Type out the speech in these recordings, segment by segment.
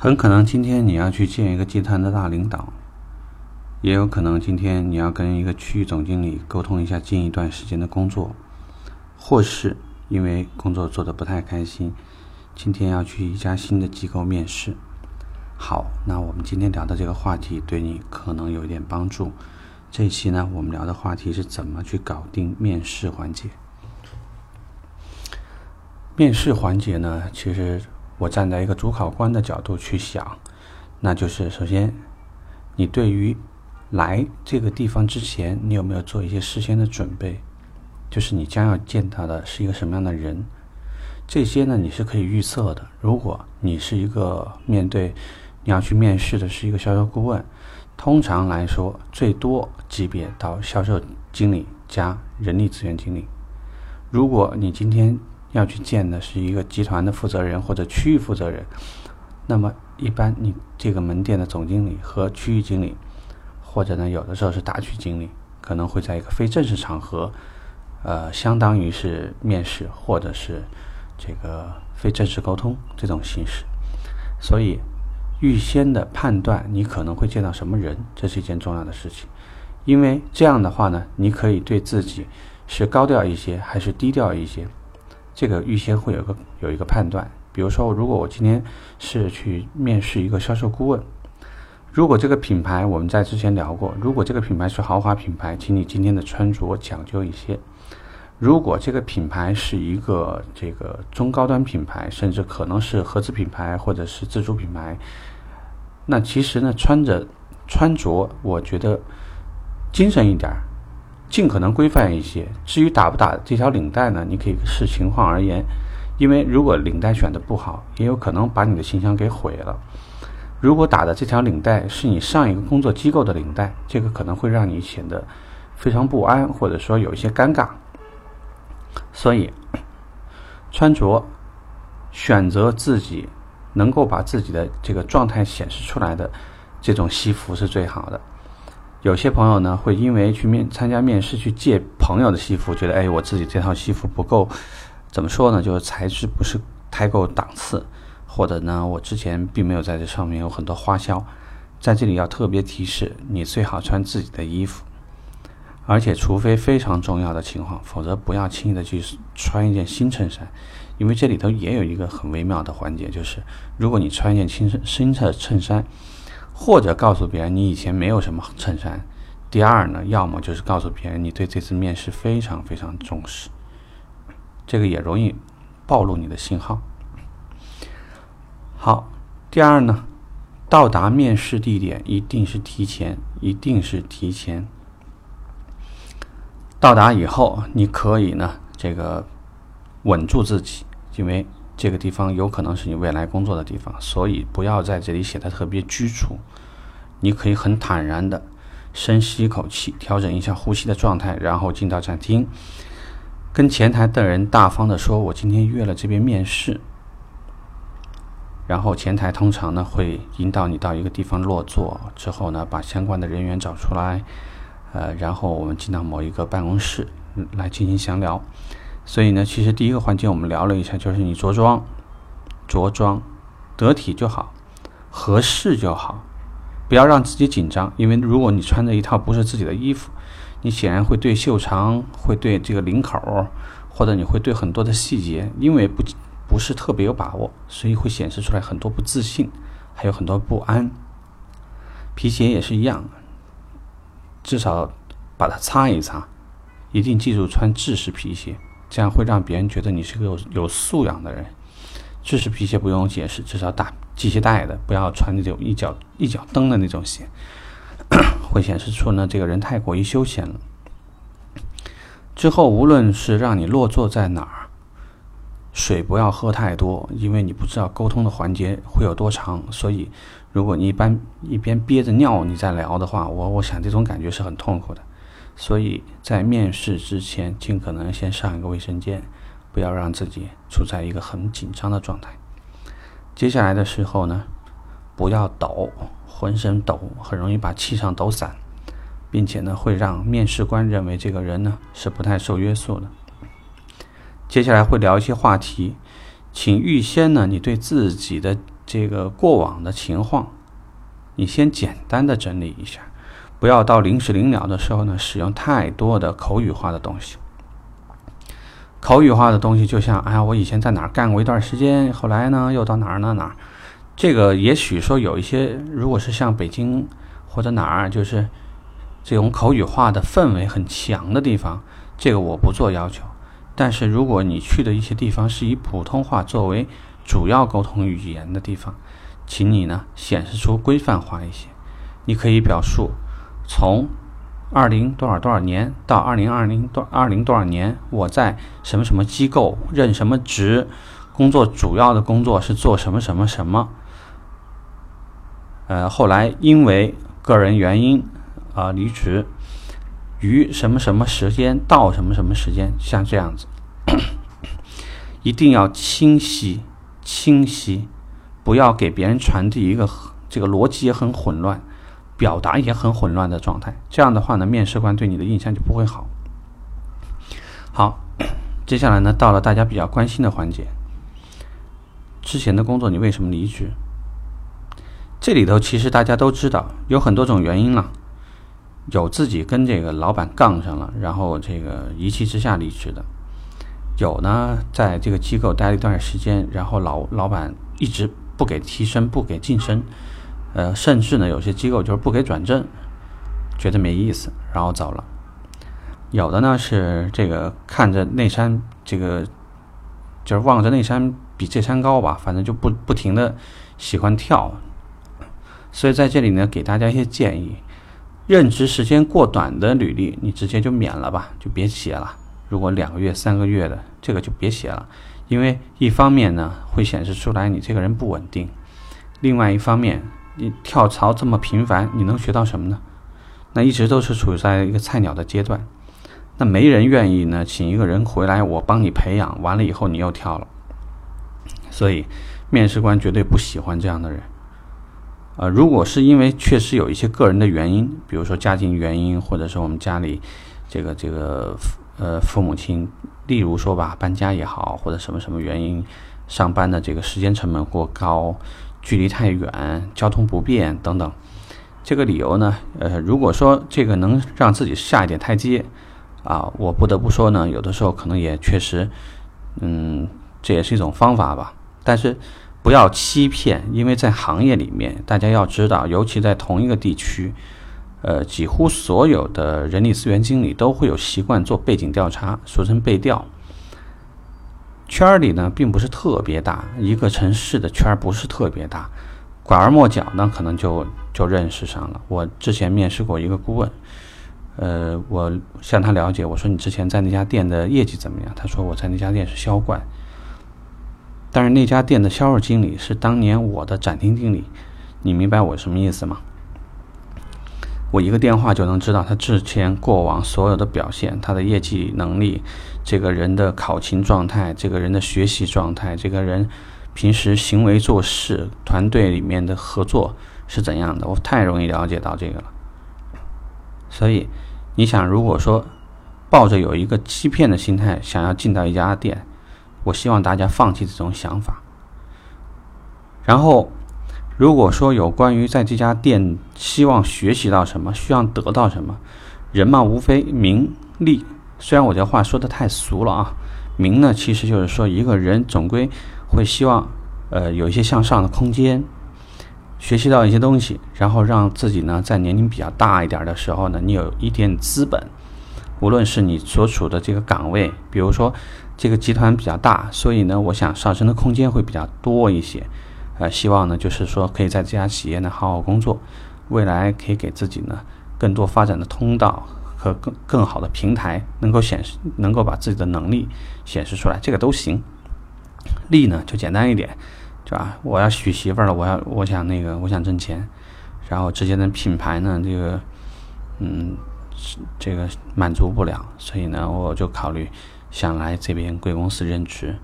很可能今天你要去见一个集团的大领导，也有可能今天你要跟一个区域总经理沟通一下近一段时间的工作，或是因为工作做得不太开心，今天要去一家新的机构面试。好，那我们今天聊的这个话题对你可能有一点帮助。这一期呢，我们聊的话题是怎么去搞定面试环节。面试环节呢，其实我站在一个主考官的角度去想，那就是首先你对于来这个地方之前，你有没有做一些事先的准备，就是你将要见到的是一个什么样的人，这些呢你是可以预测的。如果你是一个你要去面试的是一个销售顾问，通常来说最多级别到销售经理加人力资源经理。如果你今天要去见的是一个集团的负责人或者区域负责人，那么一般你这个门店的总经理和区域经理，或者呢有的时候是大区经理，可能会在一个非正式场合相当于是面试或者是这个非正式沟通这种形式。所以预先的判断你可能会见到什么人，这是一件重要的事情。因为这样的话呢，你可以对自己是高调一些还是低调一些，这个预先会有一个判断。比如说，如果我今天是去面试一个销售顾问，如果这个品牌我们在之前聊过，如果这个品牌是豪华品牌，请你今天的穿着讲究一些。如果这个品牌是一个这个中高端品牌，甚至可能是合资品牌或者是自主品牌，那其实呢穿着我觉得精神一点，尽可能规范一些。至于打不打这条领带呢，你可以视情况而言，因为如果领带选的不好，也有可能把你的形象给毁了。如果打的这条领带是你上一个工作机构的领带，这个可能会让你显得非常不安，或者说有一些尴尬。所以穿着选择自己能够把自己的这个状态显示出来的这种西服是最好的。有些朋友呢会因为去参加面试去借朋友的西服，觉得我自己这套西服不够，怎么说呢，就是材质不是太够档次，或者呢我之前并没有在这上面有很多花销。在这里要特别提示，你最好穿自己的衣服，而且除非非常重要的情况，否则不要轻易的去穿一件新衬衫。因为这里头也有一个很微妙的环节，就是如果你穿一件新的衬衫，或者告诉别人你以前没有什么衬衫，第二呢，要么就是告诉别人你对这次面试非常非常重视，这个也容易暴露你的信号。好，第二呢，到达面试地点一定是提前。到达以后，你可以呢这个稳住自己，因为这个地方有可能是你未来工作的地方，所以不要在这里显得特别拘束。你可以很坦然的深吸一口气，调整一下呼吸的状态，然后进到展厅，跟前台的人大方的说，我今天约了这边面试。然后前台通常呢会引导你到一个地方落座，之后呢把相关的人员找出来，然后我们进到某一个办公室来进行详聊。所以呢，其实第一个环节我们聊了一下，就是你着装得体就好，合适就好，不要让自己紧张。因为如果你穿着一套不是自己的衣服，你显然会对袖长，会对这个领口，或者你会对很多的细节，因为不是特别有把握，所以会显示出来很多不自信，还有很多不安。皮鞋也是一样，至少把它擦一擦，一定记住穿制式皮鞋，这样会让别人觉得你是个有素养的人。制式皮鞋不用解释，至少打系鞋带的，不要穿那种一脚蹬的那种鞋，会显示出呢这个人太过于休闲了。之后无论是让你落座在哪儿，水不要喝太多，因为你不知道沟通的环节会有多长，所以如果你一边憋着尿你再聊的话，我想这种感觉是很痛苦的。所以在面试之前尽可能先上一个卫生间，不要让自己处在一个很紧张的状态。接下来的时候呢，不要抖，浑身抖很容易把气场抖散，并且呢会让面试官认为这个人呢是不太受约束的。接下来会聊一些话题，请预先呢你对自己的这个过往的情况，你先简单的整理一下，不要到临时临了的时候呢，使用太多的口语化的东西。口语化的东西就像，哎呀，我以前在哪儿干过一段时间，后来呢又到哪儿。这个也许说有一些，如果是像北京或者哪儿，就是这种口语化的氛围很强的地方，这个我不做要求。但是如果你去的一些地方是以普通话作为主要沟通语言的地方，请你呢显示出规范化一些。你可以表述从20多少年到2020多少年，我在什么什么机构任什么职，主要的工作是做什么，后来因为个人原因离职，于什么时间到什么时间，像这样子一定要清晰，不要给别人传递一个这个逻辑也很混乱，表达也很混乱的状态。这样的话呢，面试官对你的印象就不会好。好，接下来呢，到了大家比较关心的环节，之前的工作你为什么离职？这里头其实大家都知道有很多种原因了，有自己跟这个老板杠上了，然后这个一气之下离职的，有呢在这个机构待了一段时间，然后老板一直不给提升，不给晋升，甚至呢有些机构就是不给转正，觉得没意思，然后走了。有的呢是这个看着那山，这个就是望着那山比这山高吧，反正就不停的喜欢跳。所以在这里呢，给大家一些建议，任职时间过短的履历你直接就免了吧，就别写了。如果2个月3个月的，这个就别写了，因为一方面呢会显示出来你这个人不稳定，另外一方面你跳槽这么频繁，你能学到什么呢？那一直都是处在一个菜鸟的阶段，那没人愿意呢请一个人回来我帮你培养，完了以后你又跳了，所以面试官绝对不喜欢这样的人。如果是因为确实有一些个人的原因，比如说家庭原因，或者是我们家里这个父母亲，例如说吧搬家也好，或者什么原因，上班的这个时间成本过高，距离太远，交通不便等等，这个理由呢如果说这个能让自己下一点台阶我不得不说呢，有的时候可能也确实这也是一种方法吧。但是不要欺骗，因为在行业里面大家要知道，尤其在同一个地区几乎所有的人力资源经理都会有习惯做背景调查，俗称背调。圈里呢并不是特别大，一个城市的圈不是特别大，拐弯抹角呢可能就认识上了。我之前面试过一个顾问，我向他了解，我说你之前在那家店的业绩怎么样？他说我在那家店是销冠，但是那家店的销售经理是当年我的展厅经理，你明白我什么意思吗？我一个电话就能知道他之前过往所有的表现，他的业绩能力，这个人的考勤状态，这个人的学习状态，这个人平时行为做事，团队里面的合作是怎样的，我太容易了解到这个了。所以你想，如果说抱着有一个欺骗的心态想要进到一家店，我希望大家放弃这种想法。然后如果说有关于在这家店希望学习到什么，需要得到什么，人嘛无非名利，虽然我这话说的太俗了名呢其实就是说一个人总归会希望有一些向上的空间，学习到一些东西，然后让自己呢在年龄比较大一点的时候呢，你有一点资本，无论是你所处的这个岗位，比如说这个集团比较大，所以呢我想上升的空间会比较多一些，希望呢就是说可以在这家企业呢好好工作，未来可以给自己呢更多发展的通道和更好的平台，能够把自己的能力显示出来，这个都行。利呢就简单一点，对吧？我要娶媳妇了，我想挣钱，然后之间的品牌呢这个满足不了，所以呢我就考虑想来这边贵公司任职。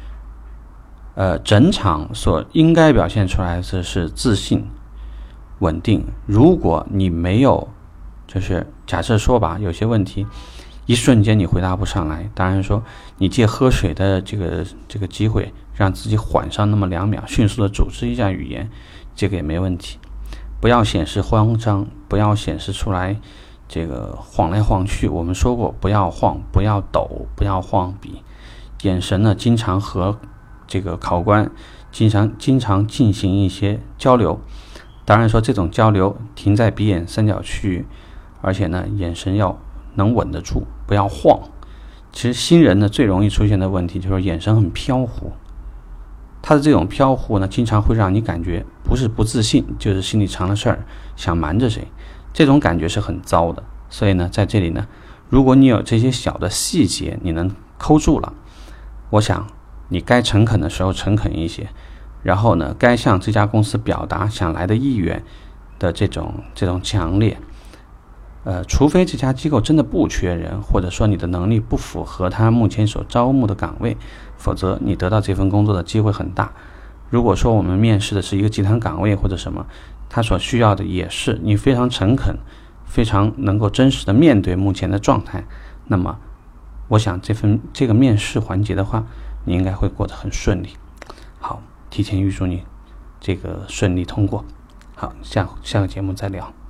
整场所应该表现出来的是自信稳定。如果你没有，就是假设说吧，有些问题一瞬间你回答不上来，当然说你借喝水的这个机会让自己缓上那么2秒，迅速的组织一下语言，这个也没问题。不要显示慌张，不要显示出来这个晃来晃去。我们说过，不要晃，不要抖，不要晃笔。眼神呢，经常和这个考官经常进行一些交流。当然说这种交流停在鼻眼三角区域，而且呢，眼神要能稳得住，不要晃。其实新人呢最容易出现的问题就是眼神很飘忽，他的这种飘忽呢，经常会让你感觉不是不自信，就是心里藏了事儿，想瞒着谁，这种感觉是很糟的。所以呢，在这里呢，如果你有这些小的细节你能抠住了，我想你该诚恳的时候诚恳一些，然后呢，该向这家公司表达想来的意愿的这种强烈。除非这家机构真的不缺人，或者说你的能力不符合他目前所招募的岗位，否则你得到这份工作的机会很大。如果说我们面试的是一个集团岗位或者什么，他所需要的也是你非常诚恳，非常能够真实的面对目前的状态，那么我想这个面试环节的话，你应该会过得很顺利。好，提前预祝你这个顺利通过。好，下个节目再聊。